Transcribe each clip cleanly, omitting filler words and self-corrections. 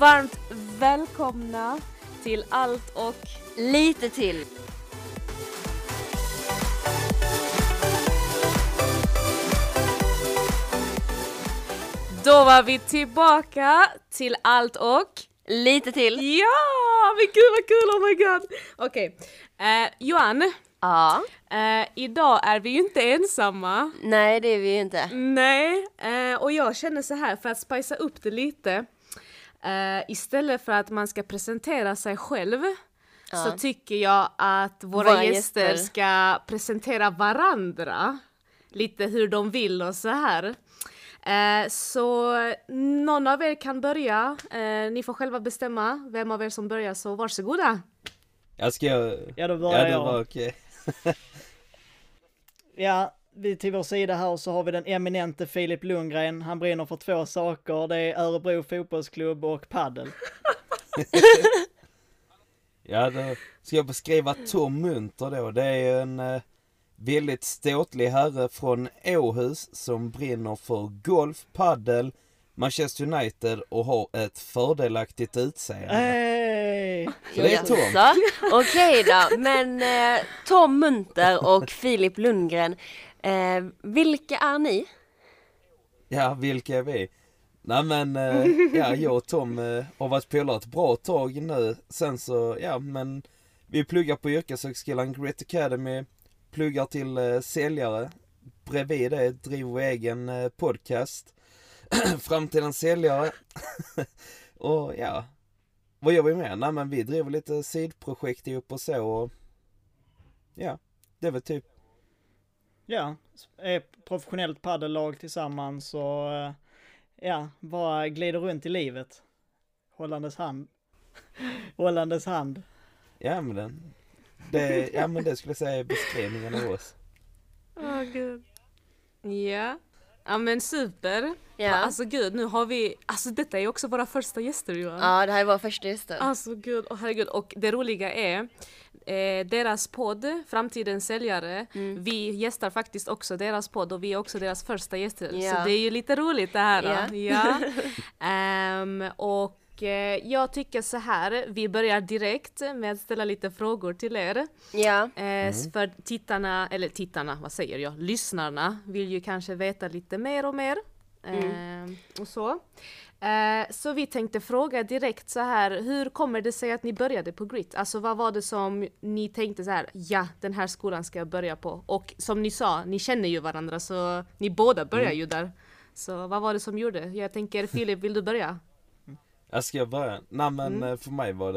varmt välkomna till allt och lite till. Då var vi tillbaka till allt och lite till. Ja, men gud vad kul, oh my god. Okej, Johan. Ja. Idag är vi ju inte ensamma. Nej, det är vi ju inte. Nej, och jag känner så här, för att spicea upp det lite. Istället för att man ska presentera sig själv, så tycker jag att våra gäster ska presentera varandra. Lite hur de vill och så här. Så någon av er kan börja. Ni får själva bestämma vem av er som börjar, så varsågoda. Jag ska... Ja, då börjar jag. Okej. Ja, vi till vår sida här så har vi den eminente Filip Lundgren. Han brinner för 2 saker. Det är Örebro fotbollsklubb och paddel. Ja, då ska jag beskriva Tom Munter då. Det är en väldigt ståtlig herre från Åhus som brinner för golf, paddel, Manchester United och har ett fördelaktigt utseende. Hey! Så det är Tom. Okej då, men Tom Munter och Filip Lundgren, vilka är ni? Ja, vilka är vi? Nej men, ja, jag och Tom har varit polare ett bra tag nu. Sen så, ja men vi pluggar på yrkeshögskolan Grit Academy, pluggar till säljare. Bredvid det driver vi egen podcast, Framtidens säljare. Och ja, vad gör vi med? Nej men vi driver lite sidprojekt ihop och så. Och, ja, det är väl typ. Ja, är professionellt paddellag tillsammans och ja, bara glider runt i livet. Hållandes hand. Ja men det skulle jag säga är beskrivningen av oss. Gud. Ja. Ja men super. Ja. Alltså gud, nu har vi, alltså detta är också våra första gäster, Johan. Ja, det här är våra första gäster. Alltså gud, herregud. Och det roliga är deras podd, Framtidens säljare, vi gästar faktiskt också deras podd och vi är också deras första gäster. Ja. Så det är ju lite roligt det här. Ja. Och jag tycker så här, vi börjar direkt med att ställa lite frågor till er. Ja. För tittarna, vad säger jag? Lyssnarna vill ju kanske veta lite mer och mer. Och så. Så vi tänkte fråga direkt så här, hur kommer det sig att ni började på Grit? Alltså vad var det som ni tänkte så här, ja den här skolan ska jag börja på? Och som ni sa, ni känner ju varandra så ni båda börjar ju där. Så vad var det som gjorde? Jag tänker, Filip, vill du börja? Jag ska börja. Nej men för mig var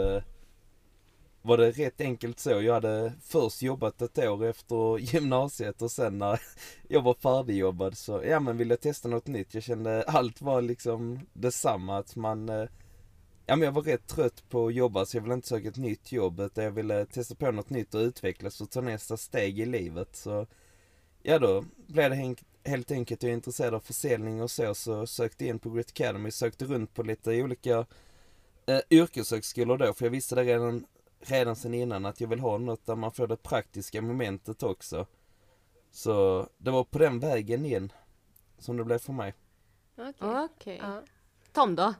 det rätt enkelt så. Jag hade först jobbat ett år efter gymnasiet och sen när jag var färdigjobbad så ja men ville jag testa något nytt. Jag kände allt var liksom detsamma, att man ja men jag var rätt trött på att jobba så jag ville inte söka ett nytt jobb utan jag ville testa på något nytt och utvecklas och ta nästa steg i livet. Så ja då blev det helt enkelt jag är intresserad av försäljning och så sökte in på Grit Academy, sökte runt på lite olika yrkeshögskolor då, för jag visste det redan sen innan att jag vill ha något där man får det praktiska momentet också. Så det var på den vägen in som det blev för mig. Okej. Tom då?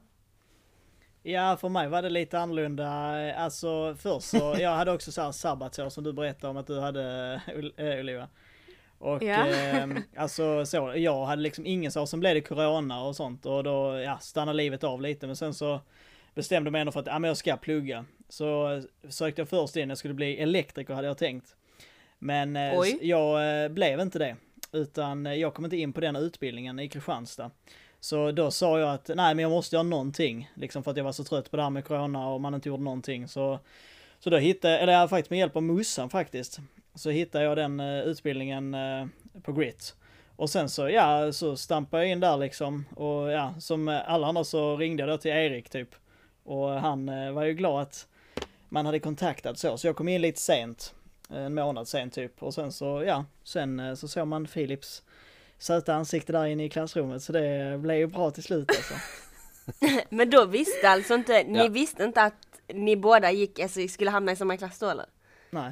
Ja, för mig var det lite annorlunda. Alltså först så, jag hade också så här sabbatsår som du berättade om att du hade, Oliva. Och alltså så, jag hade liksom ingen så, som blev det corona och sånt och då stannade livet av lite, men sen så bestämde jag mig ändå för att men jag ska plugga. Så sökte jag först in, jag skulle bli elektriker hade jag tänkt. Men jag blev inte det, utan jag kom inte in på den utbildningen i Kristianstad. Så då sa jag att nej men jag måste göra någonting, liksom för att jag var så trött på det här med corona och man inte gjorde någonting. Så då hittade jag faktiskt med hjälp av Mussan faktiskt. Så hittade jag den utbildningen på Grit. Och sen så stampade jag in där liksom. Och som alla andra så ringde jag då till Erik typ. Och han var ju glad att man hade kontaktat så. Så jag kom in lite sent. En månad sent typ. Och sen så, sen så såg man Philips söta ansikte där inne i klassrummet. Så det blev ju bra till slut alltså. Men då visste alltså inte, ni visste inte att ni båda skulle hamna i samma klass då eller? Nej.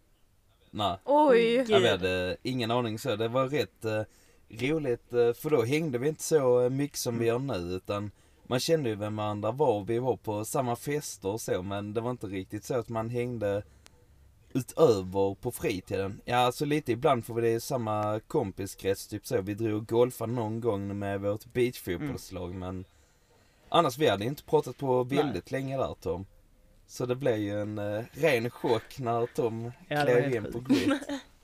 Oj. Jag hade ingen aning så. Det var rätt roligt för då hängde vi inte så mycket som vi gör nu utan man kände ju vem andra var. Vi var på samma fester och så, men det var inte riktigt så att man hängde utöver på fritiden. Ja, alltså lite ibland får vi det i samma kompiskrets, typ så. Vi drog golfa någon gång med vårt beachfotbollslag, men annars vi hade inte pratat på väldigt länge där, Tom. Så det blev ju en ren chock när Tom klev in på grid.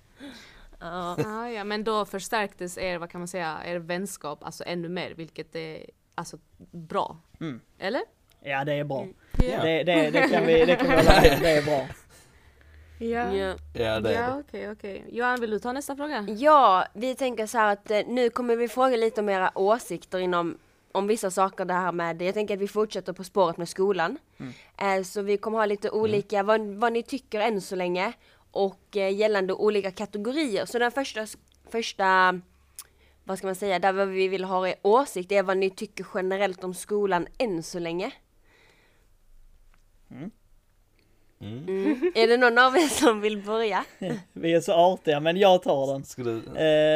Ja, men då förstärktes vad kan man säga, er vänskap alltså ännu mer, vilket är alltså bra. Eller? Ja, det är bra. Ja. Det kan vi hålla med. Det är bra. Ja, det är ja, okej. Johan, vill du ta nästa fråga? Ja, vi tänker så här att nu kommer vi fråga lite om era åsikter om vissa saker det här med, jag tänker att vi fortsätter på spåret med skolan. Så vi kommer ha lite olika, vad ni tycker än så länge, och gällande olika kategorier. Så den första, vad ska man säga, där vi vill ha er åsikt är vad ni tycker generellt om skolan än så länge. Är det någon av er som vill börja? Vi är så artiga, men jag tar den. Ska du...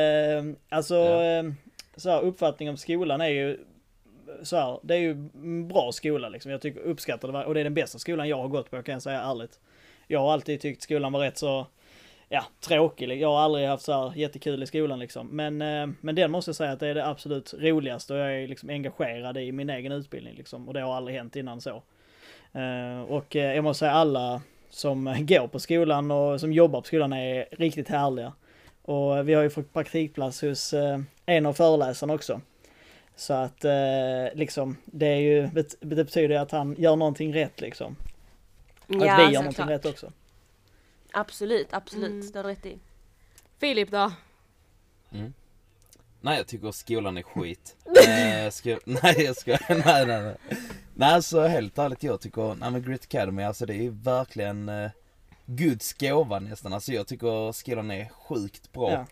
Så här, uppfattning om skolan är ju så här, det är ju en bra skola liksom. Jag tycker uppskattar det, och det är den bästa skolan jag har gått på, kan jag säga ärligt. Jag har alltid tyckt skolan var rätt så tråkig. Jag har aldrig haft så här jättekul i skolan liksom. Men den måste jag säga att det är det absolut roligaste, och jag är liksom engagerad i min egen utbildning liksom, och det har aldrig hänt innan så. Och jag måste säga alla som går på skolan och som jobbar på skolan är riktigt härliga. Och vi har ju fått praktikplats hos en av föreläsarna också. Så att liksom det betyder att han gör någonting rätt liksom. Att vi gör någonting rätt också. Absolut, det är rätt i. Filip då? Nej, jag tycker skolan är skit. Nej, så helt ärligt, jag tycker Grit Academy, alltså det är ju verkligen Guds gåva nästan. Alltså jag tycker skolan är sjukt bra.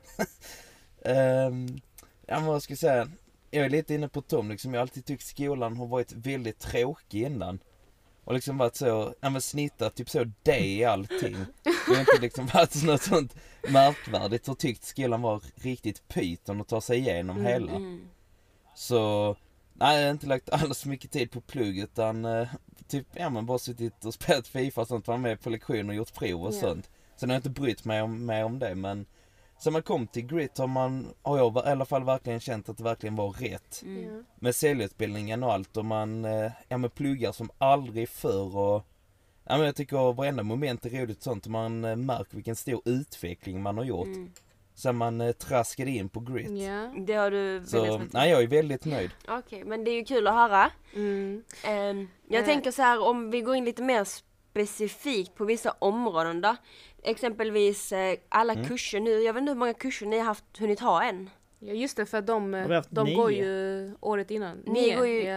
Men vad ska jag säga, jag är lite inne på Tom liksom. Jag har alltid tyckt skolan har varit väldigt tråkig innan. Och liksom varit så, snittat typ så D i allting. Det har inte liksom varit något sånt märkvärdigt, och tyckt skolan var riktigt pyton att ta sig igenom hela. Så nej, jag har inte lagt alls mycket tid på plugg, utan bara suttit och spelat FIFA och sånt, var med på lektioner och gjort prov och sånt. Sen har jag inte brytt mig om det, men sen man kom till Grit har jag i alla fall verkligen känt att det verkligen var rätt. Med säljutbildningen och allt, och man pluggar som aldrig förr, och jag tycker varenda moment är roligt sånt, och man märker vilken stor utveckling man har gjort. Sen man traskade in på Grit. Det har du så, nej, jag är väldigt nöjd. Okej, men det är ju kul att höra. Jag tänker så här, om vi går in lite mer specifikt på vissa områden då. Exempelvis alla kurser nu. Jag vet inte hur många kurser ni har hunnit ha än. Ja, just det, för de går ju året innan. Ni går ju,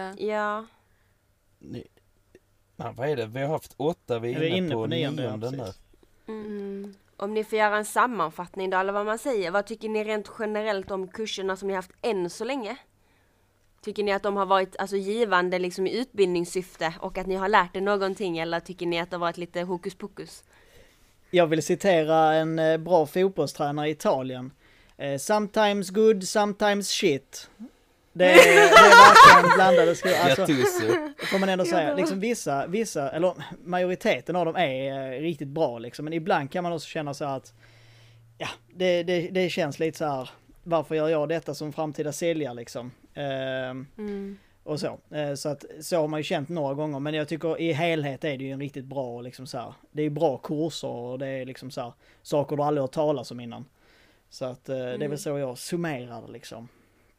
Vad är det? Vi har haft 8, vi är inne på 9:e nu. Om ni får göra en sammanfattning då, eller vad man säger. Vad tycker ni rent generellt om kurserna som ni har haft än så länge? Tycker ni att de har varit givande liksom i utbildningssyfte, och att ni har lärt er någonting, eller tycker ni att det har varit lite hokus pokus? Jag vill citera en bra fotbollstränare i Italien. Sometimes good, sometimes shit. Det är verkligen blandade skolor. Alltså, får man ändå säga. Liksom vissa, eller majoriteten av dem är riktigt bra liksom. Men ibland kan man också känna så att det känns lite så här, varför gör jag detta som framtida säljare liksom? Och så. Så har man ju känt några gånger, men jag tycker i helhet är det ju en riktigt bra liksom så här. Det är bra kurser, och det är liksom så här, saker du aldrig har talat om innan. Så att det är väl så jag summerar det liksom.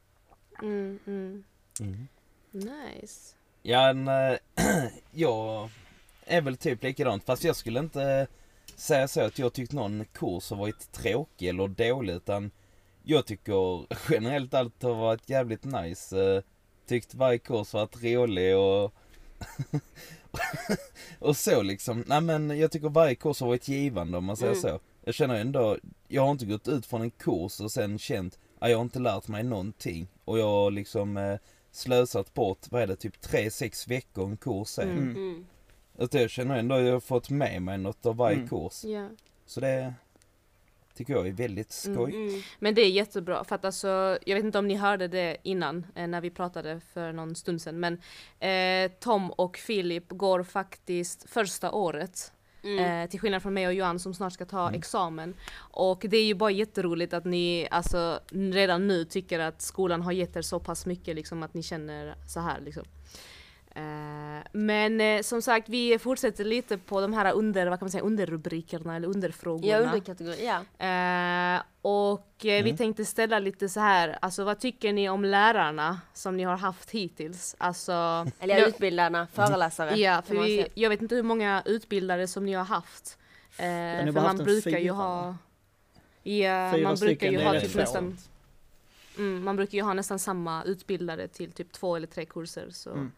Nice. Ja, jag är väl typ likadant, fast jag skulle inte säga så att jag tyckt någon kurs har varit tråkig eller dålig, utan jag tycker generellt allt har varit jävligt nice. Tyckt varje kurs varit rolig och och så liksom. Nej, men jag tycker varje kurs har varit givande, om man säger så. Jag känner ändå, jag har inte gått ut från en kurs och sen känt att jag har inte lärt mig någonting, och jag har liksom slösat bort, typ 3-6 veckor en kurs sen. Jag känner ändå att jag har fått med mig något av varje kurs. Så det tycker jag är väldigt skoj. Men det är jättebra för att alltså, jag vet inte om ni hörde det innan när vi pratade för någon stund sedan, men Tom och Filip går faktiskt första året. Till skillnad från mig och Johan som snart ska ta examen. Och det är ju bara jätteroligt att ni alltså, redan nu tycker att skolan har gett er så pass mycket liksom, att ni känner så här liksom. Men som sagt, vi fortsätter lite på de här underrubrikerna eller underfrågorna. Ja, underkategorier. Ja. Vi tänkte ställa lite så här, alltså vad tycker ni om lärarna som ni har haft hittills? Alltså, eller utbildarna, föreläsare. Ja, för jag vet inte hur många utbildare som ni har haft. För man brukar ju ha... Ja, man brukar ju ha typ nästan... man brukar ju ha nästan samma utbildare till typ 2 eller 3 kurser. Så.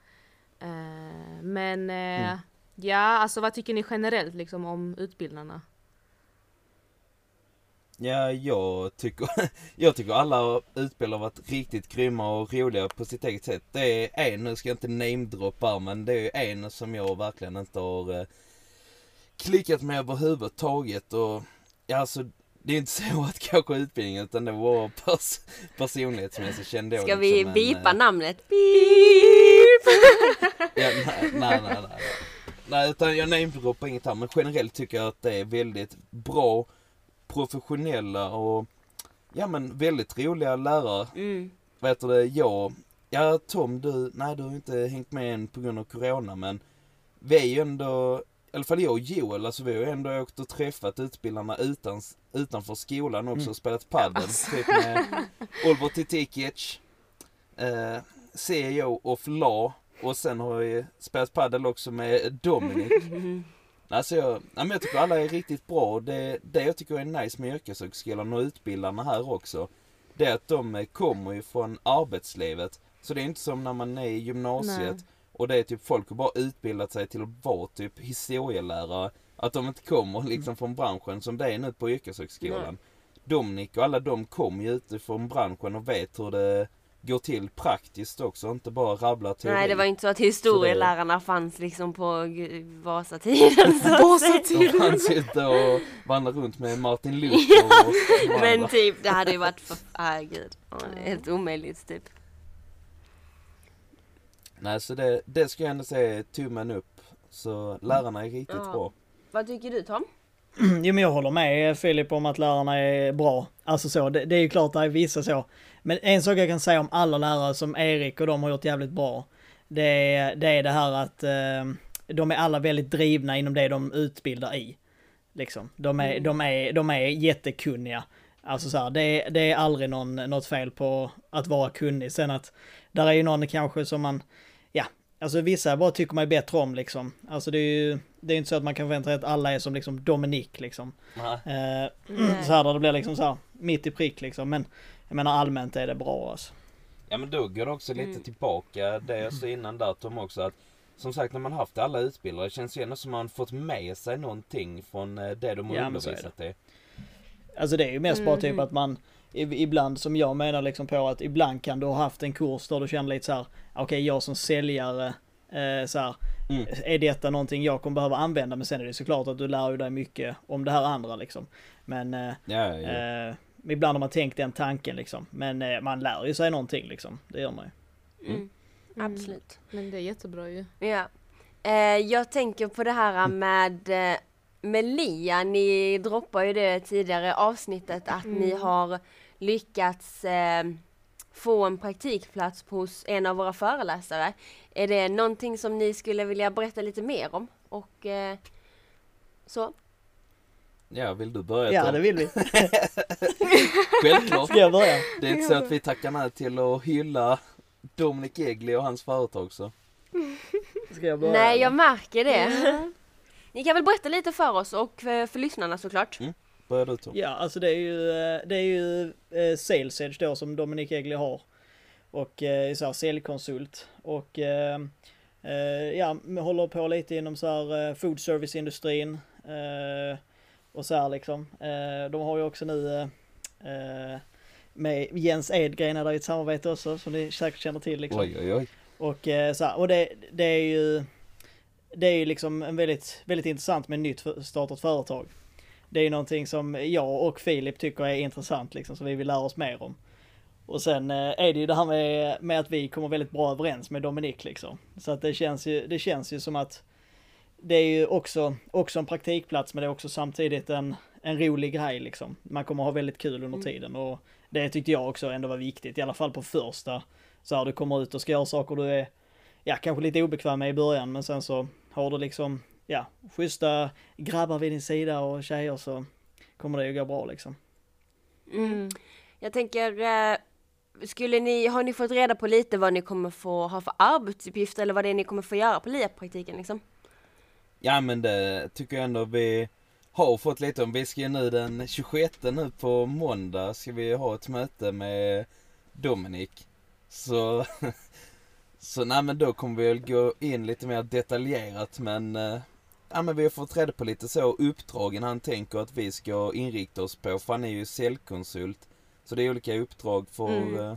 Ja, alltså vad tycker ni generellt liksom om utbildarna? Ja, jag tycker alla utbildare har varit riktigt grymma och roliga på sitt eget sätt. Det är en, nu ska jag inte namedroppa, men det är en som jag verkligen inte har klickat med överhuvudtaget. Och ja, alltså det är inte så att kanske utbildningen, utan det var personlighetsmässigt kände jag. Ska vi bipa namnet? Ja, nej, utan jag namedroppar inget här, men generellt tycker jag att det är väldigt bra, professionella och ja men väldigt roliga lärare. Vad heter det, ja Tom, du har inte hängt med än på grund av corona, men vi är ju ändå, i alla fall jag och Joel, alltså vi har ju ändå åkt och träffat utbildarna utanför skolan också och spelat padel, typ med Oliver Titikic, CEO of Law, och sen har vi spelat padel också med Dominic. Alltså jag tycker alla är riktigt bra. Det jag tycker är nice med yrkeshögskolan och utbildarna här också, det är att de kommer ju från arbetslivet. Så det är inte som när man är i gymnasiet. Nej. Och det är typ folk har bara utbildat sig till att vara typ historielärare. Att de inte kommer liksom från branschen som det är nu på yrkeshögskolan. Nej. Dominic och alla de kommer ju utifrån branschen och vet hur det går till praktiskt också, inte bara rabbla teori. Nej, det var inte så att historielärarna fanns liksom på Vasatiden. De fanns inte och vandrade runt med Martin Luther. Men typ, det hade ju varit gud. Helt omöjligt typ. Nej, så det ska jag ändå säga tummen upp. Så lärarna är riktigt bra. Vad tycker du, Tom? Jo, men jag håller med Filip om att lärarna är bra. Alltså så, det är ju klart att det är vissa så. Men en sak jag kan säga om alla lärare som Erik och de har gjort jävligt bra. Det är det här att de är alla väldigt drivna inom det de utbildar i. Liksom. De är jättekunniga. Alltså så här, det är aldrig något fel på att vara kunnig. Sen att där är ju någon kanske som man, ja, alltså vissa bara tycker man är bättre om liksom. Alltså det är inte så att man kan förvänta sig att alla är som liksom Dominic liksom. Så här där det blir liksom så här mitt i prick liksom. Men jag menar allmänt är det bra alltså. Ja, men då går det också lite tillbaka det jag sa innan där, Tom, också att som sagt, när man haft alla utbildare, det känns ju ändå som man fått med sig någonting från det de har undervisat i. Alltså det är ju mest bara typ att man ibland, som jag menar liksom på att ibland kan du ha haft en kurs där du känner lite så här: okej, jag som säljare så här, är detta någonting jag kommer behöva använda, men sen är det såklart att du lär ju dig mycket om det här andra liksom. Men ibland har man tänkt den tanken liksom, men man lär ju sig någonting liksom, det gör man ju. Absolut. Men det är jättebra ju. Ja. Jag tänker på det här med Lia, ni droppar ju det tidigare avsnittet att ni har lyckats få en praktikplats hos en av våra föreläsare. Är det någonting som ni skulle vilja berätta lite mer om? Och så? Ja, vill du börja? Ja, det vill vi. Självklart. Ska jag börja? Det är inte så att vi tackar nej till att hylla Dominic Egli och hans företag så. Ska jag börja? Nej, jag märker det. Ni kan väl berätta lite för oss och för lyssnarna såklart. Börjar du, Tom? Ja, alltså det är ju Sales Edge då som Dominic Egli har. Och så här säljkonsult. Och ja, håller på lite inom så här food service-industrin. Och så här liksom. De har ju också nu med Jens Edgren där i ett samarbete också, som ni säkert känner till liksom. Oj. Och så här, och det är ju liksom en väldigt, väldigt intressant med nytt startat företag. det är någonting som jag och Filip tycker är intressant liksom, så vi vill lära oss mer om. Och sen är det ju det här med att vi kommer väldigt bra överens med Dominik liksom. Så att det känns ju som att det är ju också en praktikplats, men det är också samtidigt en rolig grej liksom. Man kommer ha väldigt kul under tiden, och det tyckte jag också ändå var viktigt, i alla fall på första. Så här, du kommer ut och ska göra saker du är kanske lite obekväm med i början, men sen så har du liksom schyssta grabbar vid din sida och tjejer, så kommer det ju gå bra liksom. Jag tänker, har ni fått reda på lite vad ni kommer få ha för arbetsuppgifter, eller vad det är ni kommer få göra på LIA-praktiken liksom? Ja, men det tycker jag ändå vi har fått lite om. Vi ska nu den 26 nu på måndag ska vi ha ett möte med Dominik. Så nej, men då kommer vi väl gå in lite mer detaljerat, men vi har fått reda på lite så uppdragen han tänker att vi ska inrikta oss på, för han är ju säljkonsult. Så det är olika uppdrag för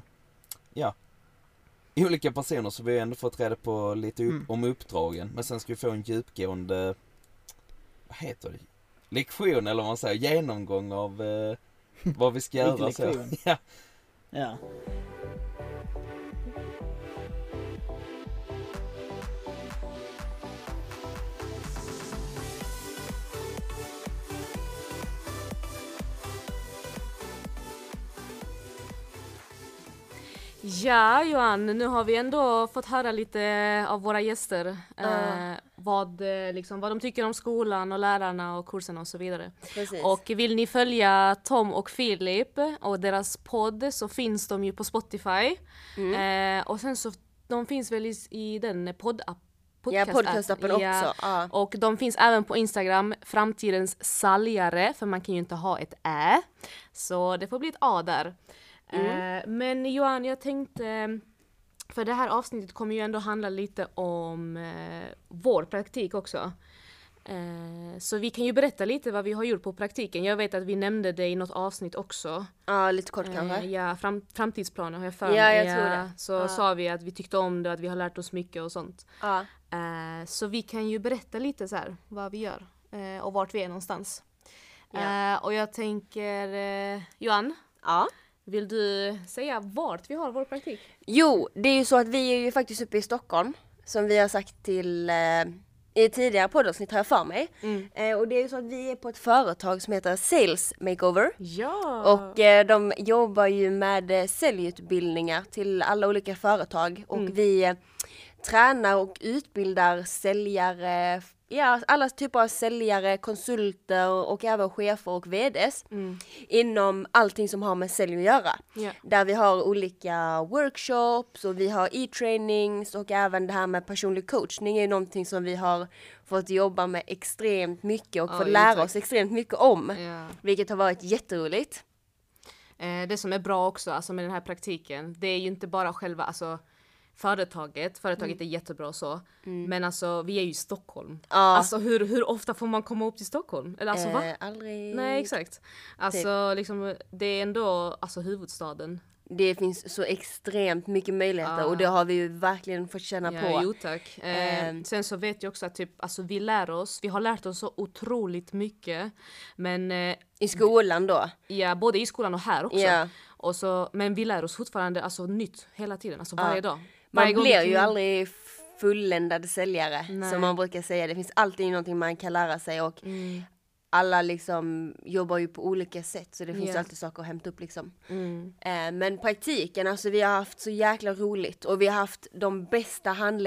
olika personer, så vi har ändå fått reda på lite om uppdragen. Men sen ska vi få en djupgående, vad heter det? Lektion, eller vad man säger, genomgång av vad vi ska göra. Så. Ja. Ja, Johan, nu har vi ändå fått höra lite av våra gäster vad de tycker om skolan och lärarna och kurserna och så vidare. Precis. Och vill ni följa Tom och Filip och deras podd, så finns de ju på Spotify. Och sen så, de finns väl i den podcastappen också. Och de finns även på Instagram, Framtidens Saljare, för man kan ju inte ha ett ä. Så det får bli ett A där. Men Johan, jag tänkte, för det här avsnittet kommer ju ändå handla lite om vår praktik också. Så vi kan ju berätta lite vad vi har gjort på praktiken. Jag vet att vi nämnde det i något avsnitt också. Ja, lite kort kanske. Ja, framtidsplaner har jag för mig. Ja, jag tror det. Så sa vi att vi tyckte om det, att vi har lärt oss mycket och sånt. Ja. Så vi kan ju berätta lite så här vad vi gör och vart vi är någonstans. Ja. Och jag tänker, Johan? Ja. Vill du säga vart vi har vår praktik? Jo, det är ju så att vi är ju faktiskt uppe i Stockholm, som vi har sagt till i tidigare poddavsnitt har jag för mig. Och det är ju så att vi är på ett företag som heter Sales Makeover. Ja! Och de jobbar ju med säljutbildningar till alla olika företag. Och vi tränar och utbildar säljare, alla typer av säljare, konsulter och även chefer och vds inom allting som har med sälj att göra. Yeah. Där vi har olika workshops och vi har e-trainings, och även det här med personlig coachning är någonting som vi har fått jobba med extremt mycket och fått lära oss extremt mycket om. Vilket har varit jätteroligt. Det som är bra också alltså med den här praktiken, det är ju inte bara själva företaget är jättebra och så, men alltså vi är ju i Stockholm. Alltså hur ofta får man komma upp till Stockholm? Eller alltså va? Aldrig. Nej, exakt. Alltså liksom, det är ändå huvudstaden. Det finns så extremt mycket möjligheter och det har vi ju verkligen fått känna på. Jo tack. Sen så vet jag också att vi har lärt oss så otroligt mycket. Men i skolan då? Ja, både i skolan och här också. Yeah. Men vi lär oss fortfarande nytt hela tiden, varje dag. Man blir ju aldrig fulländad säljare. Nej. Som man brukar säga. Det finns alltid någonting man kan lära sig och alla liksom jobbar ju på olika sätt, så det finns alltid saker att hämta upp liksom. Men praktiken, vi har haft så jäkla roligt och vi har haft de bästa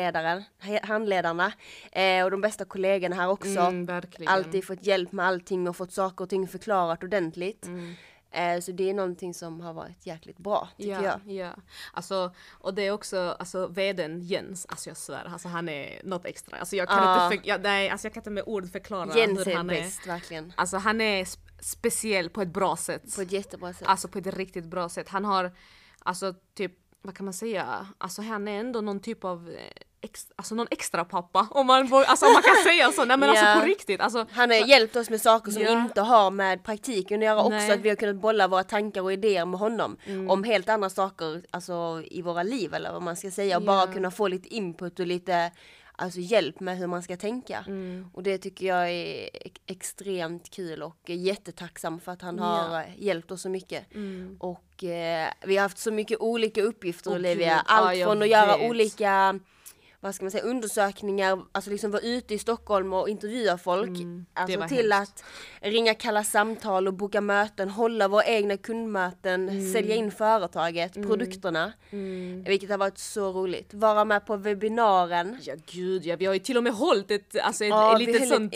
handledarna och de bästa kollegorna här också. Alltid fått hjälp med allting och fått saker och ting förklarat ordentligt. Så det är någonting som har varit jäkligt bra, tycker jag. Ja, och det är också, vdn Jens, jag svär, han är något extra. Jag kan inte med ord förklara Jens hur han är bäst, verkligen. Han är speciell på ett bra sätt. På ett jättebra sätt. På ett riktigt bra sätt. Han har, vad kan man säga? Han är ändå någon typ av någon extra pappa, om man kan säga så. Nej, men på riktigt. Han har hjälpt oss med saker som inte har med praktiken att göra också. Att vi har kunnat bolla våra tankar och idéer med honom. Om helt andra saker i våra liv, eller vad man ska säga. Och bara kunna få lite input och lite alltså hjälp med hur man ska tänka. Och det tycker jag är extremt kul och är jättetacksam för att han har hjälpt oss så mycket. Och vi har haft så mycket olika uppgifter, Olivia. Allt från att göra olika, vad ska man säga, undersökningar, alltså liksom vara ute i Stockholm och intervjua folk, alltså till att ringa kalla samtal och boka möten, hålla våra egna kundmöten, sälja in företaget, produkterna, vilket har varit så roligt. Vara med på webbinaren. Ja gud, vi har ju till och med hållit ett litet sånt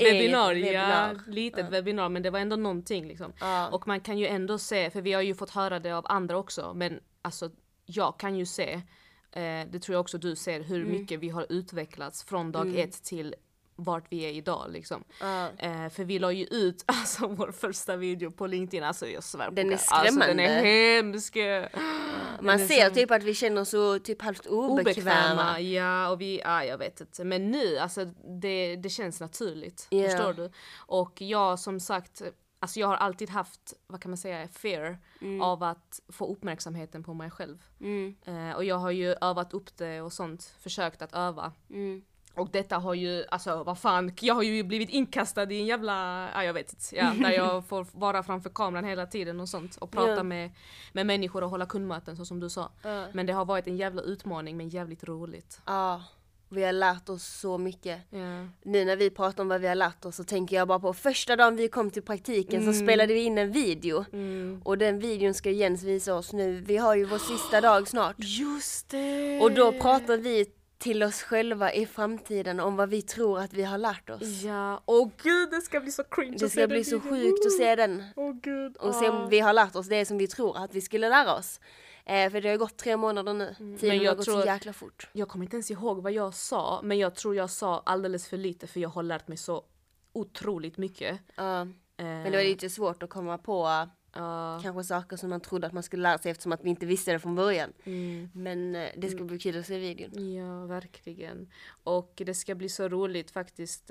webinar, webinar, men det var ändå någonting liksom. Och man kan ju ändå se, för vi har ju fått höra det av andra också, men alltså jag kan ju se, det tror jag också du ser, hur mycket vi har utvecklats från dag 1 till vart vi är idag liksom. För vi la ju ut alltså vår första video på LinkedIn, alltså jag svär på den är skrämmande. Alltså, den är hemsk. Man ser typ att vi känner oss så typ halvt obekväma. Ja, och jag vet inte. Men nu, alltså det känns naturligt. Förstår du? Och jag som sagt, alltså jag har alltid haft, vad kan man säga, fear av att få uppmärksamheten på mig själv. Och jag har ju övat upp det och sånt, försökt att öva. Och detta har ju, alltså vad fan, jag har ju blivit inkastad i en jävla, jag vet inte, där jag får vara framför kameran hela tiden och sånt. Och prata med människor och hålla kundmöten, så som du sa. Men det har varit en jävla utmaning, men jävligt roligt. Vi har lärt oss så mycket. Nu när vi pratar om vad vi har lärt oss så tänker jag bara på första dagen vi kom till praktiken så spelade vi in en video. Och den videon ska Jens visa oss nu. Vi har ju vår sista dag snart. Just det! Och då pratar vi till oss själva i framtiden om vad vi tror att vi har lärt oss. Ja, åh gud, det ska bli så cringe. Det ska bli så sjukt att se den. Gud. Och se om vi har lärt oss det som vi tror att vi skulle lära oss. För det har gått 3 månader nu. Tiden har gått så jäkla fort. Jag kommer inte ens ihåg vad jag sa, men jag tror jag sa alldeles för lite, för jag har lärt mig så otroligt mycket. Men det var lite svårt att komma på kanske saker som man trodde att man skulle lära sig, eftersom att vi inte visste det från början. Men det ska bli kul att se videon. Ja, verkligen. Och det ska bli så roligt faktiskt.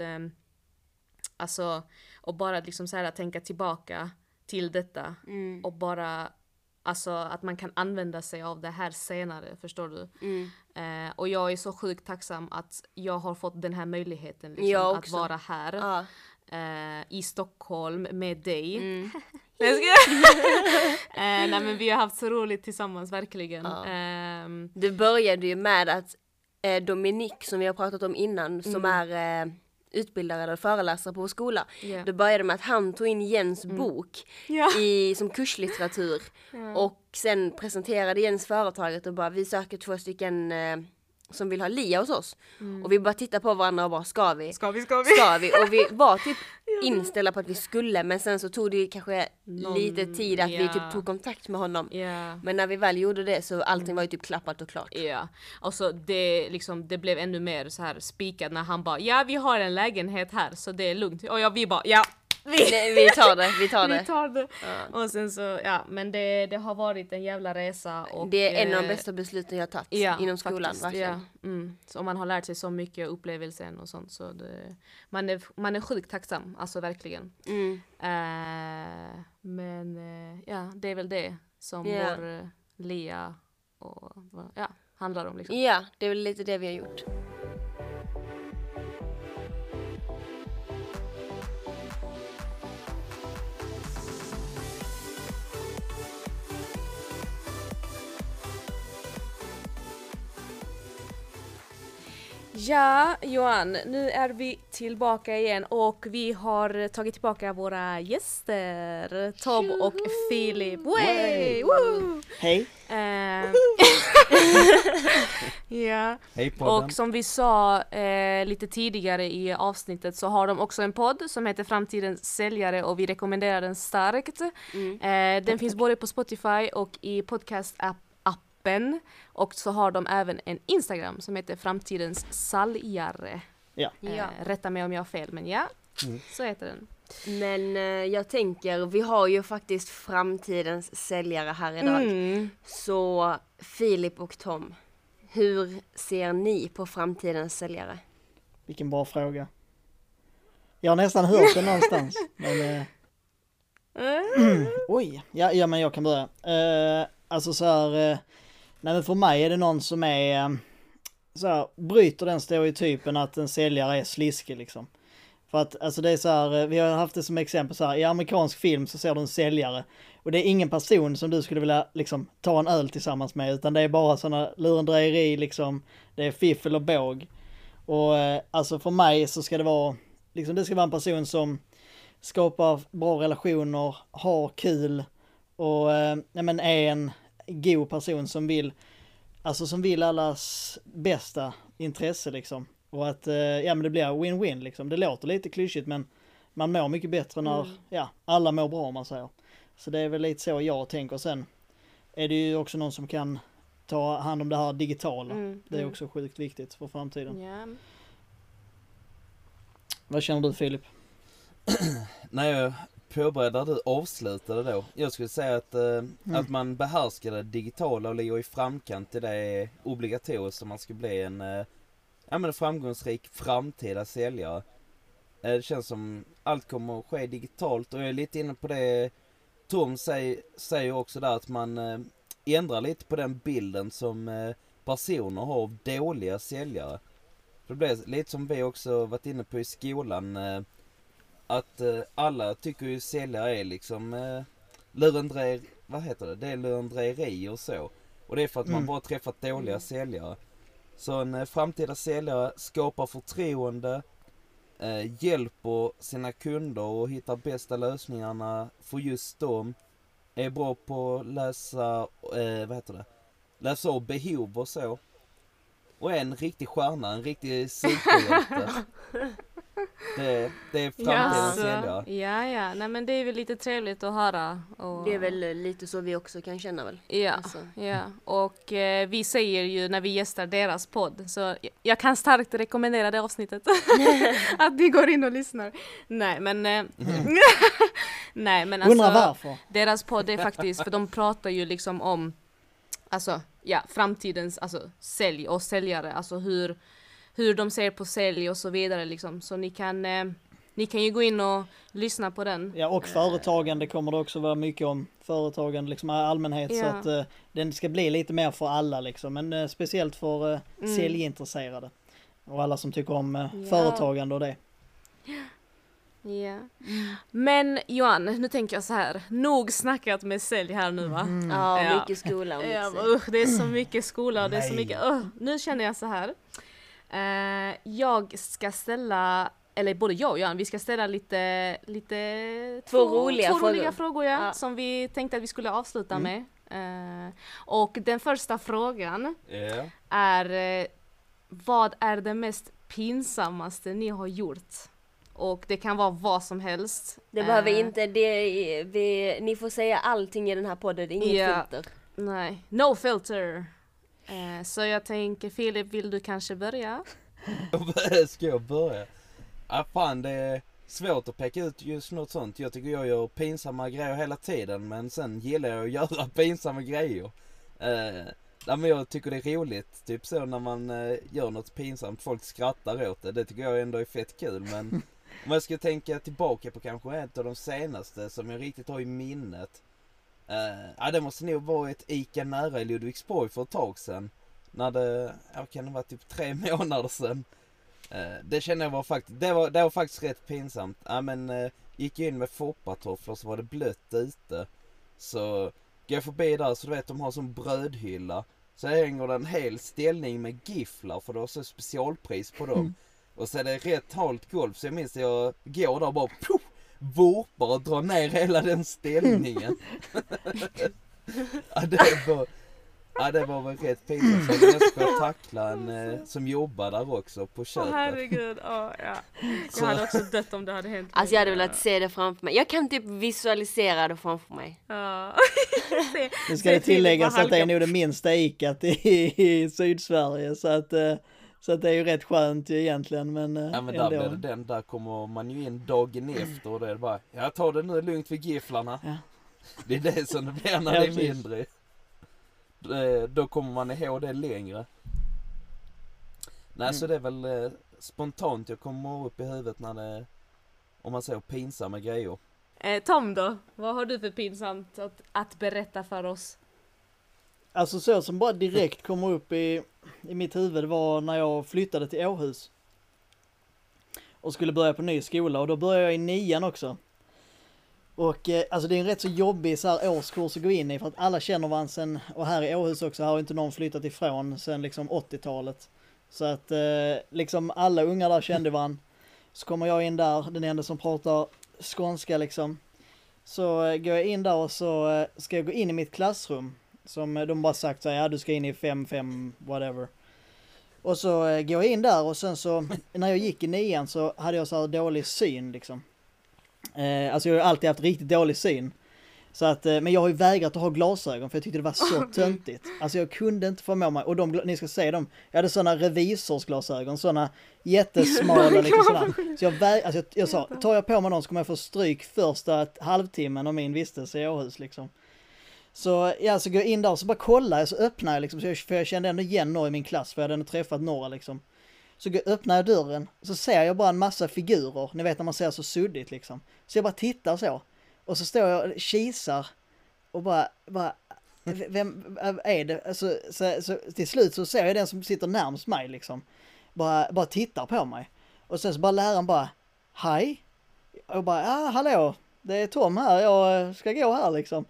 Alltså, och bara liksom så här att tänka tillbaka till detta. Och bara, alltså att man kan använda sig av det här senare, förstår du? Och jag är så sjukt tacksam att jag har fått den här möjligheten liksom, att vara här. I Stockholm med dig. Nej, men vi har haft så roligt tillsammans, verkligen. Det började ju med att Dominique, som vi har pratat om innan, som är utbildare eller föreläsare på vår skola. Det började med att han tog in Jens bok som kurslitteratur. Och sen presenterade Jens företaget och bara, vi söker 2 stycken som vill ha Lia hos oss. Och vi bara tittar på varandra och bara, ska vi? Ska vi? Och vi var typ inställda på att vi skulle, men sen så tog det kanske lite tid att vi typ tog kontakt med honom. Men när vi väl gjorde det så allting var ju typ klappat och klart. Och så det blev ännu mer så här spikat när han bara, vi har en lägenhet här så det är lugnt. Och vi bara, vi tar det. Och sen så, men det har varit en jävla resa. Och, det är en av de bästa besluten jag har tagit inom skolan. Så man har lärt sig så mycket upplevelsen och sånt. Så man är sjukt tacksam, alltså verkligen. Men det är väl det som vår Lia och, handlar om liksom. Ja, det är väl lite det vi har gjort. Ja, Johan, nu är vi tillbaka igen och vi har tagit tillbaka våra gäster, Tom och Filip. Hej! Hej podden. Och som vi sa lite tidigare i avsnittet så har de också en podd som heter Framtidens säljare och vi rekommenderar den starkt. Den finns både på Spotify och i podcast-appen. Och så har de även en Instagram som heter Framtidens säljare. Rätta mig om jag har fel, men så heter den. Men jag tänker, vi har ju faktiskt framtidens säljare här idag. Så Filip och Tom, hur ser ni på framtidens säljare? Vilken bra fråga. Jag har nästan hört det någonstans. Men, oj, men jag kan börja. Alltså så här, nej men för mig är det någon som är så här, bryter den stereotypen att en säljare är sliskig liksom. För att alltså det är så här, vi har haft det som exempel så här, i amerikansk film så ser du en säljare och det är ingen person som du skulle vilja liksom ta en öl tillsammans med, utan det är bara sådana lurendrejeri liksom, det är fiffel och båg. Och alltså för mig så ska det vara liksom, det ska vara en person som skapar bra relationer, har kul och är en god person som vill allas bästa intresse liksom. Och att men det blir win-win liksom. Det låter lite klyschigt, men man mår mycket bättre när alla mår bra, om man säger. Så det är väl lite så jag tänker. Sen är det ju också någon som kan ta hand om det här digitala. Det är också sjukt viktigt för framtiden. Yeah. Vad känner du, Filip? När jag påbörjade du avslutade då. Jag skulle säga att man behärskar det digitala och ligger i framkant till det är obligatoriskt om man ska bli en framgångsrik framtida säljare. Det känns som allt kommer att ske digitalt och jag är lite inne på det Tom säger också där, att man ändrar lite på den bilden som personer har av dåliga säljare. För det blir lite som vi också varit inne på i skolan, att alla tycker ju säljare är liksom lurendrejeri och så. Och det är för att man bara träffat dåliga säljare. Så en framtida säljare skapar förtroende, hjälper sina kunder och hittar bästa lösningarna för just dem. Är bra på att läsa av behov och så. Och är en riktig stjärna, en riktig superhjälte. Det är framtidens säljare. Ja. Nej, men det är väl lite trevligt att höra. Och... Det är väl lite så vi också kan känna väl. Ja, alltså. Ja. Och vi säger ju när vi gästar deras podd, så jag kan starkt rekommendera det avsnittet. Att ni går in och lyssnar. Nej, men nej, men alltså, undrar varför. Deras podd är faktiskt, för de pratar ju liksom om framtidens sälj och säljare, alltså hur de ser på sälj och så vidare liksom. Så ni kan ju gå in och lyssna på den. Ja, och företagande kommer det också vara mycket om. Företagande liksom i allmänhet, så att den ska bli lite mer för alla liksom. Men speciellt för säljintresserade. Och alla som tycker om företagande och det. Ja. Men Johan, nu tänker jag så här. Nog snackat med sälj här nu, va? Ja, mycket skola och mycket det är så mycket skola och det är så mycket. Nu känner jag så här. Jag ska ställa, eller både jag och Johan, vi ska ställa två roliga frågor som vi tänkte att vi skulle avsluta med. Och den första frågan är: vad är det mest pinsammaste ni har gjort? Och det kan vara vad som helst. Det behöver inte, ni får säga allting i den här podden, det är inget filter. Nej, no filter. Så jag tänker, Filip, vill du kanske börja? Ska jag börja? Fan, det är svårt att peka ut just något sånt. Jag tycker jag gör pinsamma grejer hela tiden, men sen gillar jag att göra pinsamma grejer. Men jag tycker det är roligt, typ så när man gör något pinsamt, folk skrattar åt det. Det tycker jag ändå är fett kul, men om jag ska tänka tillbaka på kanske ett av de senaste som jag riktigt har i minnet. Det måste nog vara ett Ica nära i Ludvigsborg för ett tag sedan. När det kan det vara typ 3 månader sedan. Det känner jag det var faktiskt rätt pinsamt. Gick in med foppatofflor så var det blött ute. Så går jag förbi där, så du vet, de har som brödhylla. Så hänger det en hel ställning med gifflar, för det var så specialpris på dem. Och så är det rätt halt golv, så jag minns att jag går där och bara vurpar och drar ner hela den ställningen. Det var väl rätt pinsamt. Så jag skulle tackla en som jobbar där också på köpet. Herregud, ja. Jag hade också dött om det hade hänt. Alltså jag hade velat se det framför mig. Jag kan typ visualisera det framför mig. Ja. Nu ska det tilläggas att det är nog det minsta ikat i Sydsverige, så att det är ju rätt skönt egentligen, men där blir det den, där kommer man ju in dagen efter och det är bara, jag tar det nu lugnt vid gifflarna. Ja. Det är det som det blir när det är mindre. Då kommer man ihåg det längre. Nej, så det är väl spontant jag kommer upp i huvudet när det, om man säger pinsamma grejer. Tom då? Vad har du för pinsamt att berätta för oss? alltså så som bara direkt kommer upp i mitt huvud var när jag flyttade till Åhus. Och skulle börja på ny skola och då började jag i 9:an också. Och alltså det är en rätt så jobbig så här årskurs att gå in i för att alla känner varandra sen, och här i Åhus också har inte någon flyttat ifrån sen liksom 80-talet. Så att liksom alla unga där kände varandra. Så kommer jag in där, den enda som pratar skånska liksom. Så går jag in där och så ska jag gå in i mitt klassrum. Som de bara sagt så här, ja du ska in i 5 whatever. Och så går jag in där och sen så när jag gick i 9:an så hade jag så här dålig syn liksom. Alltså jag har alltid haft riktigt dålig syn. Så att, men jag har ju vägrat att ha glasögon för jag tyckte det var så töntigt. Alltså jag kunde inte få med mig, och ni ska se dem, jag hade sådana revisorsglasögon, sådana jättesmala liksom sådana. Så jag sa, tar jag på mig dem så kommer jag få stryk första halvtimmen av min vistelse i Åhus liksom. Så så går jag in där och så bara kollar jag, så öppnar jag liksom, för jag kände ändå igen några i min klass, för jag hade ändå träffat några liksom. Så öppnar jag dörren, så ser jag bara en massa figurer, ni vet när man ser så suddigt liksom. Så jag bara tittar så, och så står jag och kisar och bara vem är det? Alltså, så till slut så ser jag den som sitter närmast mig liksom, bara tittar på mig. Och sen så bara läraren bara, hej. Och bara, hallå, det är Tom här, jag ska gå här liksom.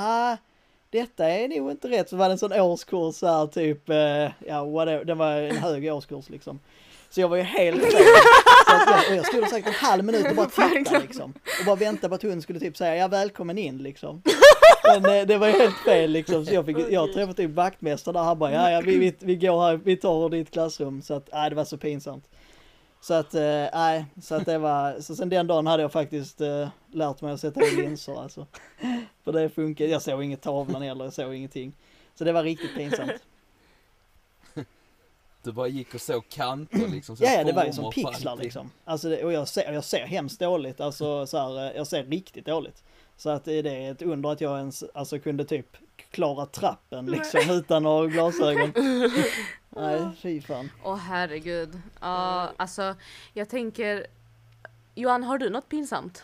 Detta är nog inte rätt. Så var det en sån årskurs så här typ, whatever. Det var en hög årskurs liksom. Så jag var ju helt fel. Så jag skulle sagt en halv minut och bara titta liksom. Och bara vänta på att hon skulle typ säga, ja välkommen in liksom. Men det var ju helt fel liksom. Så jag träffade typ vaktmästare där, han bara, ja vi går här, vi tar ditt klassrum. Så att, det var så pinsamt. Så att, så att det var, så sen den dagen hade jag faktiskt lärt mig att sätta i linser alltså. För det funkar, jag såg inget tavlan heller, jag såg ingenting. Så det var riktigt pinsamt. Du bara gick och såg kanter liksom. Så ja, det var ju som pixlar liksom. Alltså, och jag ser hemskt dåligt, alltså så här, jag ser riktigt dåligt. Så att det är ett under att jag ens alltså, kunde typ klara trappen liksom utan att ha glasögon. Nej, fy fan. Herregud. Alltså, jag tänker, Johan, har du något pinsamt?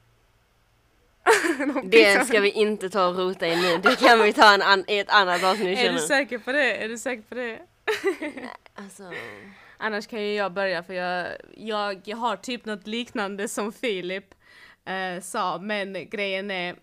Det ska vi inte ta och rota i nu. Det kan vi ta i ett annat avsnitt. Är du säker på det? Nej, alltså. Annars kan ju jag börja, för jag har typ något liknande som Filip sa, men grejen är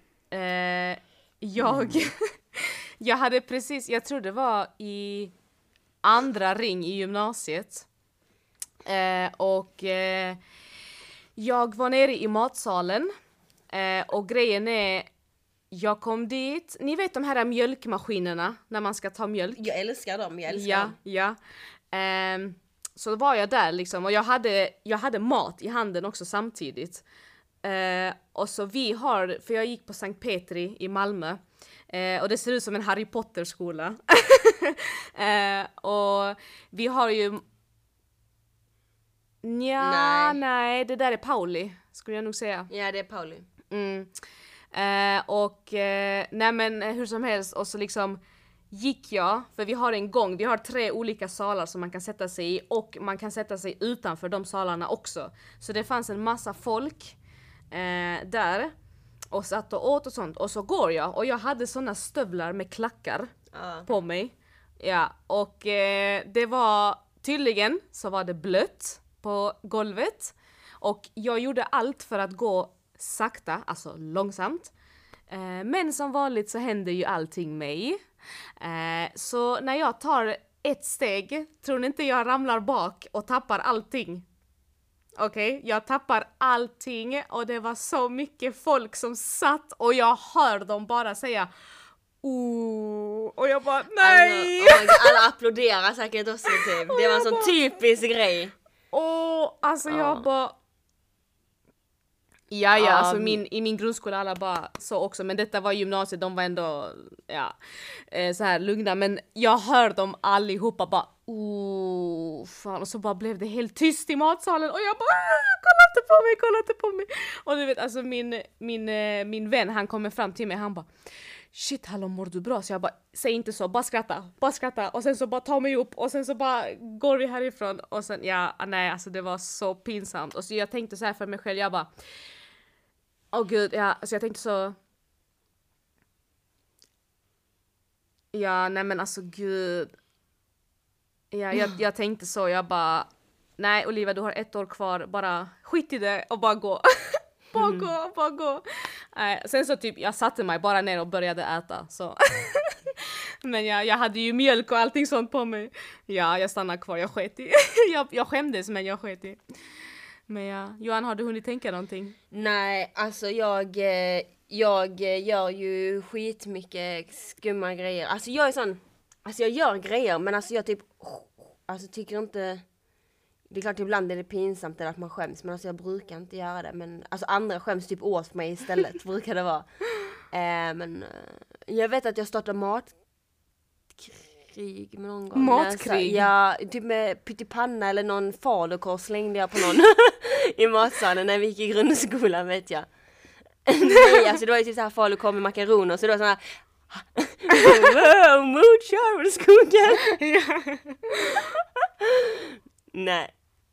jag hade precis, jag tror det var i andra ring i gymnasiet och jag var nere i matsalen och grejen är, jag kom dit, ni vet de här mjölkmaskinerna när man ska ta mjölk. Jag älskar dem, Ja. Så var jag där liksom, och jag hade mat i handen också samtidigt. Och så för jag gick på Sankt Petri i Malmö. Och det ser ut som en Harry Potter-skola. Och vi har ju... Nej, det där är Pauli, skulle jag nog säga. Ja, det är Pauli. Nej men hur som helst, och så liksom gick jag, för vi har 3 olika salar som man kan sätta sig i, och man kan sätta sig utanför de salarna också. Så det fanns en massa folk där och satt och åt och sånt, och så går jag, och jag hade såna stövlar med klackar på mig. Ja, och det var tydligen så var det blött på golvet, och jag gjorde allt för att gå sakta, alltså långsamt. Men som vanligt så händer ju allting mig. Så när jag tar ett steg, tror ni inte jag ramlar bak och tappar allting? Okej, jag tappar allting, och det var så mycket folk som satt, och jag hör dem bara säga och jag bara nej! Alltså, alla applåderar säkert också typ. Det var en sån typisk grej. Alltså jag bara... Ja, alltså i min grundskola alla bara så också, men detta var gymnasiet, de var ändå så här lugna, men jag hör dem allihopa bara fan, och så bara blev det helt tyst i matsalen, och jag bara kolla inte på mig. Och du vet, alltså min vän, han kommer fram till mig, han bara shit, hallå, mår du bra? Så jag bara, säg inte så, bara skratta, och sen så bara ta mig upp, och sen så bara går vi härifrån, och sen, alltså det var så pinsamt. Och så jag tänkte så här för mig själv, jag bara gud, så jag tänkte så, Ja, nej men alltså gud. Ja, jag tänkte så, jag bara, nej Olivia, du har 1 år kvar, bara skit i det och bara gå. bara gå. Sen så typ, jag satte mig bara ner och började äta, så. Men jag hade ju mjölk och allting sånt på mig. Ja, jag stannade kvar, jag sket i. jag skämdes, men jag sket i. Men ja, Johan, har du hunnit tänka någonting? Nej, alltså jag gör ju skitmycket skumma grejer. Alltså jag är sån, alltså jag gör grejer, men alltså jag typ, alltså tycker inte, det är klart ibland är det pinsamt eller att man skäms, men alltså jag brukar inte göra det. Men alltså andra skäms typ åt mig istället, brukar det vara. Men jag vet att jag startade matkrig med någon gång. Matkrig? Ja, typ med pyttipanna eller någon falukorv slängde jag på någon i matsalen när vi gick i grundskolan, vet jag. Nej, alltså det var ju typ såhär falukorv med makaroner, så det var sån här wow, mot Charles-skogen. Nej.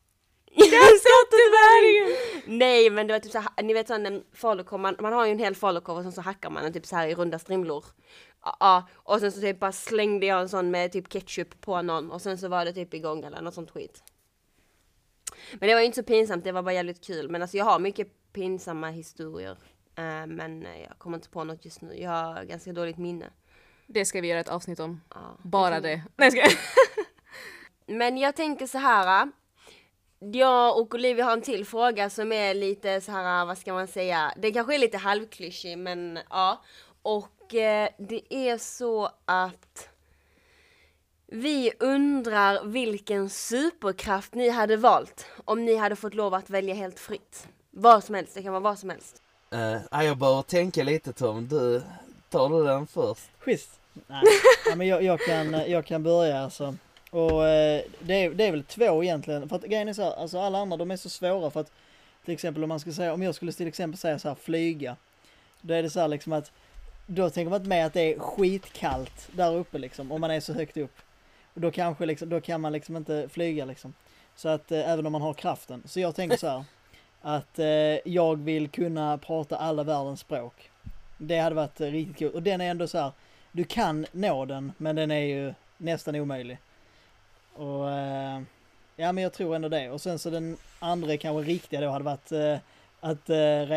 Nej, men det var typ så här, ni vet sån en falukorv, man har ju en hel falukorv och sen så hackar man den typ så här i runda strimlor. Ja, och sen så typ bara slängde jag en sån med typ ketchup på någon och sen så var det typ igång eller något sånt skit. Men det var ju inte så pinsamt, det var bara jävligt kul. Men alltså jag har mycket pinsamma historier. Men jag kommer inte på något just nu. Jag har ganska dåligt minne. Det ska vi göra ett avsnitt om. Ja, bara det. Nej, ska jag. Men jag tänker så här. Jag och Olivia har en till fråga som är lite så här, vad ska man säga? Det kanske är lite halvklyschig, men ja. Och det är så att vi undrar vilken superkraft ni hade valt om ni hade fått lov att välja helt fritt. Vad som helst, det kan vara vad som helst. Jag bör tänka lite, Tom. Tar du den först? Schysst. Nej, ja, men jag kan börja alltså. Och det är väl 2 egentligen. För att grejen är så här, alltså alla andra de är så svåra för att till exempel om jag skulle till exempel säga så här flyga. Då är det så här liksom att då tänker man med att det är skitkallt där uppe liksom, om man är så högt upp. Och då kanske liksom, då kan man liksom inte flyga liksom. Så att även om man har kraften. Så jag tänker så här att jag vill kunna prata alla världens språk. Det hade varit riktigt kul. Och den är ändå så här, du kan nå den, men den är ju nästan omöjlig. Och ja, men jag tror ändå det. Och sen så den andra kanske riktiga då hade varit att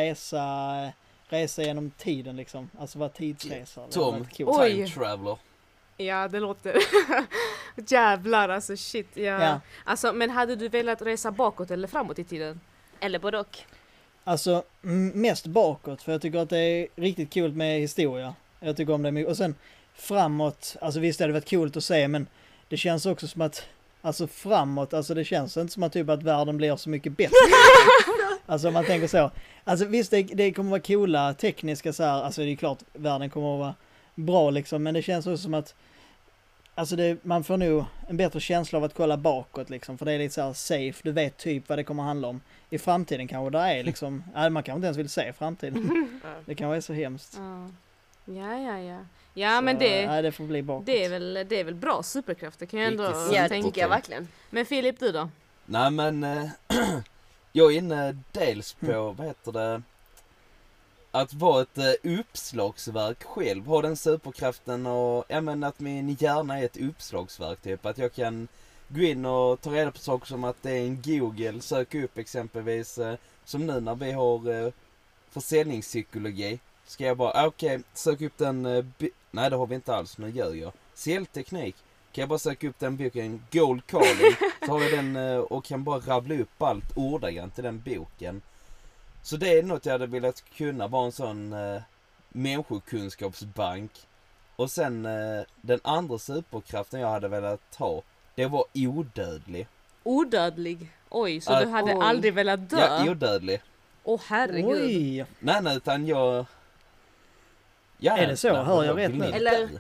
resa genom tiden liksom. Alltså vara tidsresare. Tom, Oj. time traveler. Ja, det låter jävlar, alltså shit. Ja. Alltså, men hade du velat resa bakåt eller framåt i tiden? Eller både och. Alltså mest bakåt, för jag tycker att det är riktigt kul med historia. Jag tycker om det mycket. Och sen framåt, alltså visst är det varit kul att se, men det känns också som att alltså framåt, alltså det känns inte som att typ att världen blir så mycket bättre. Alltså om man tänker så. Alltså visst det kommer vara coola tekniska så här, alltså det är klart världen kommer att vara bra liksom, men det känns också som att alltså man får nog en bättre känsla av att kolla bakåt liksom, för det är lite så här safe, du vet typ vad det kommer att handla om. I framtiden kanske det är liksom, man kanske inte ens vill se framtiden. Det kan vara så hemskt. Ja. Ja, så, men det får bli bakåt. det är väl bra superkrafter, kan jag ändå Ja, det tänka. tycker jag verkligen. Men Filip, du då? Nej, men jag är inne dels på, vad heter det, att vara ett uppslagsverk själv, ha den superkraften och att min hjärna är ett uppslagsverk typ, att jag kan gå in och ta reda på saker som att det är en Google, söka upp exempelvis, som nu när vi har försäljningspsykologi, ska jag bara, okej, söka upp den, nej det har vi inte alls, nu gör jag. Säljteknik, kan jag bara söka upp den boken, Gold Calling, så har jag den och kan bara rabbla upp allt ordagrant i den boken. Så det är något jag hade velat kunna vara en sån människokunskapsbank. Och sen den andra superkraften jag hade velat ha, det var odödlig. Odödlig? Oj, så du hade aldrig velat dö? Ja, odödlig. Åh herregud. Oj. Nej, utan jag... Är det så? Hör jag rätt nu? Eller...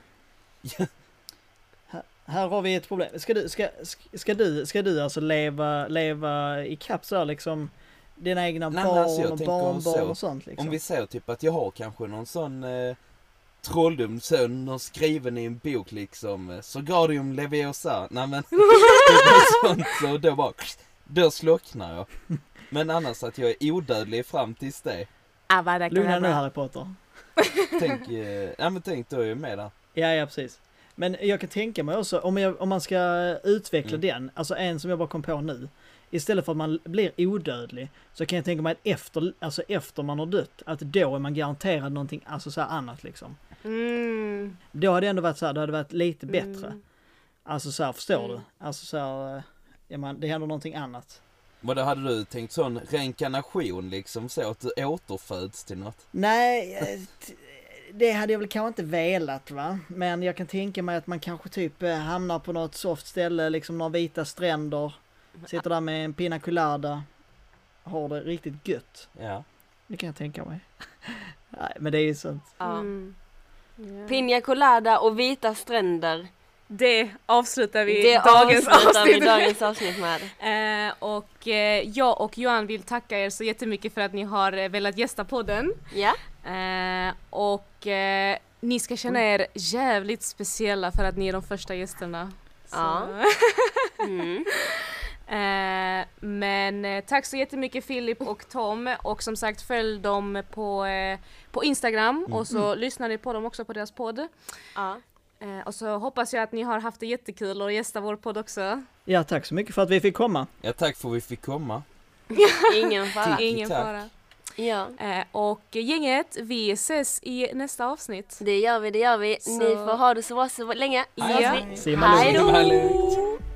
Här har vi ett problem. Ska du alltså leva i kapp så här, liksom dina egna barn och barnbarn och sånt liksom? Om vi säger typ att jag har kanske någon sån trolldom son, någon skriven i en bok liksom, så Guardium Leviosa. Nej men sånt, så då bara då slocknar jag. Men annars att jag är odödlig fram tills det. Lugna nu Harry Potter. Tänk då är jag med där. Ja precis. Men jag kan tänka mig också, om man ska utveckla den, alltså en som jag bara kom på nu. Istället för att man blir odödlig, så kan jag tänka mig att efter man har dött, att då är man garanterad någonting, alltså så här annat liksom. Då hade det ändå varit så här, det hade varit lite bättre. Alltså så här, förstår du? Alltså så här, det händer någonting annat. Vad då hade du tänkt sån reinkarnation liksom, så att du återföds till något? Nej, det hade jag väl kanske inte velat, va? Men jag kan tänka mig att man kanske typ hamnar på något soft ställe, liksom några vita stränder, sitter där med en pina colada, har det riktigt gött. Ja. Det kan jag tänka mig. Nej, men det är ju sånt. Ja. Pina colada och vita stränder. Det avslutar vi dagens avsnitt med. Jag och Johan vill tacka er så jättemycket för att ni har velat gästa podden. Ja. Ni ska känna er jävligt speciella för att ni är de första gästerna. Ja. Men tack så jättemycket Filip och Tom, och som sagt följ dem på Instagram och så lyssnar ni på dem också på deras podd. Ja. Och så hoppas jag att ni har haft det jättekul och gästa vår podd också. Ja, tack så mycket för att vi fick komma. Ja, tack för att vi fick komma. Ingen fara. Ingen fara. Ja. Och gänget, vi ses i nästa avsnitt. Det gör vi. Så... Ni får ha det så länge. Ja. Hej Simma då! lugnt.